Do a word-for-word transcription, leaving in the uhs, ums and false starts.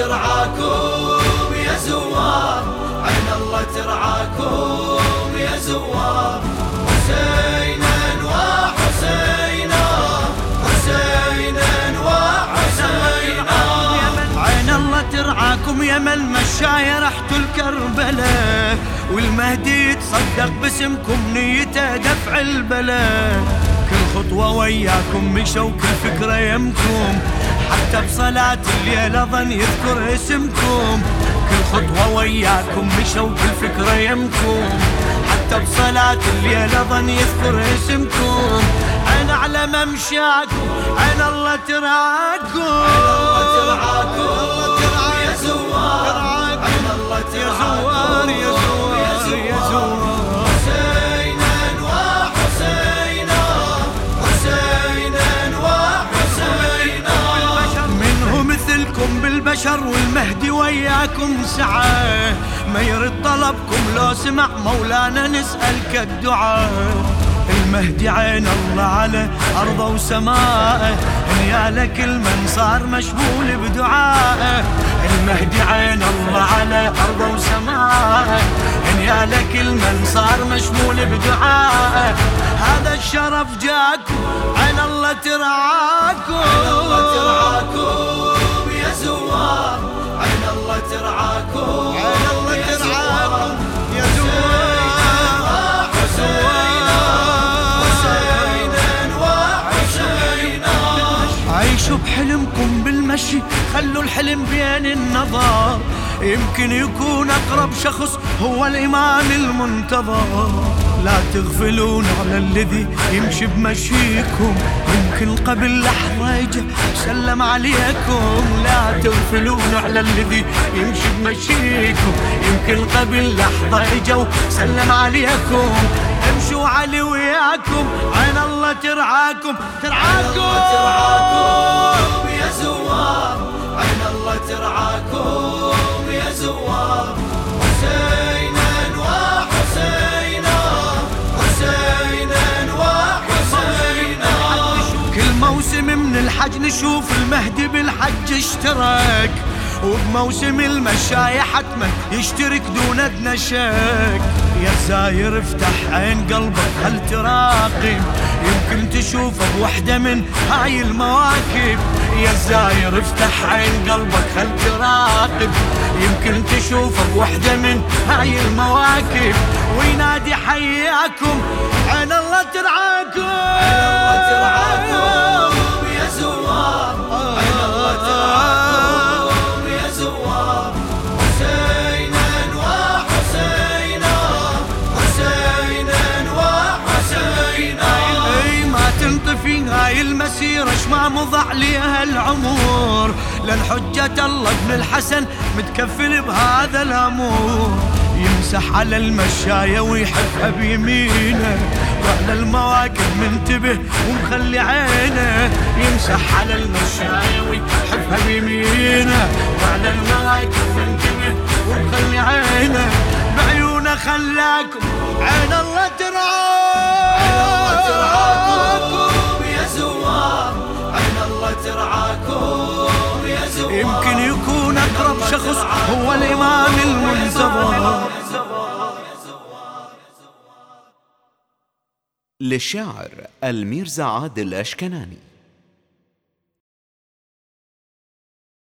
ترعاكم يا زوار، عين الله ترعاكم يا زوار. حسينا وحسينا، حسينا وحسينا. عين الله ترعاكم يا من المشاية رحتوا الكربلاء، والمهدي يتصدق باسمكم نيته دفع البلاء. كل خطوة وياكم مشوا كل فكرة يمكم، حتى بصلاة الليل ظن يذكر اسمكم. كل خطوة وياكم مشوا كل فكرة يمكم، حتى بصلاة الليل ظن يذكر اسمكم. عين على ممشاكم، عين الله ترعاكم، عين الله ترعاكم يا زوار، عين الله ترعاكم يا زوار يا زوار. حسينا وحسينا، حسينا وحسينا. منه مثلكم بالبشر والمهدي وياكم سعى، ما يرد طلبكم لو سمع مولانا نسألك الدعاء. المهدي عين الله على أرضه وسمائه، نيالك المن صار مشغول بدعائه. المهدي عين الله على أرضه وسمائه، نيالك المن صار مشغول بدعائه. هذا الشرف جاكم، عين الله ترعاكم، عين الله ترعاكم يا زوار، عين الله ترعاكم، عين الله ترعاكم يا زوار. عيشوا بحلمكم بالمشي، خلوا الحلم بين النظر، يمكن يكون أقرب شخص هو الإمام المنتظر. لا تغفلون على الذي يمشي بمشيكم، يمكن قبل لحظة يجي سلم عليكم. لا تغفلون على الذي يمشي بمشيكم، يمكن قبل لحظة يجي سلم عليكم. امشوا علي وياكم، عين الله ترعاكم، ترعاكم ترعاكم يا زوار، عين الله ترعاكم يا زوار. حسينا وحسينا، حسينا وحسينا. كل موسم من الحج نشوف المهدي بالحج اشترك، وبموسم المشاية حتما يشترك دون ادنى شك. يا زاير افتح عين قلبك هل تراقب، يمكن تشوفه بوحدة من هاي المواكب. يا زاير افتح عين قلبك هل تراقب، يمكن تشوفه بوحدة من هاي المواكب. وينادي حياكم، عين الله ترعاكم، عين الله ترعاكم يا زوار، عين الله ترعاكم يا زوار. حسينا وحسينا، حسينا وحسينا. اي ما تنطفي هاي المسيرة شما مضى عليها العمر، لان حجة الله ابن الحسن متكفل بهذا الامور. يمسح على المشاية ويحبها بيمينه، وعلى المواكب منتبه ومخلي عينه. يمسح على المشاية ويحبها بيمينه، وعلى المواكب منتبه ومخلي عينه. بعيونه خلاكم، عين الله ترعاكم، عين الله ترعاكم يا زوار، عين الله ترعاكم يا زوار. يمكن يكون أقرب شخص هو الإمام المنتظر. للشاعر الميرزا عادل أشكناني.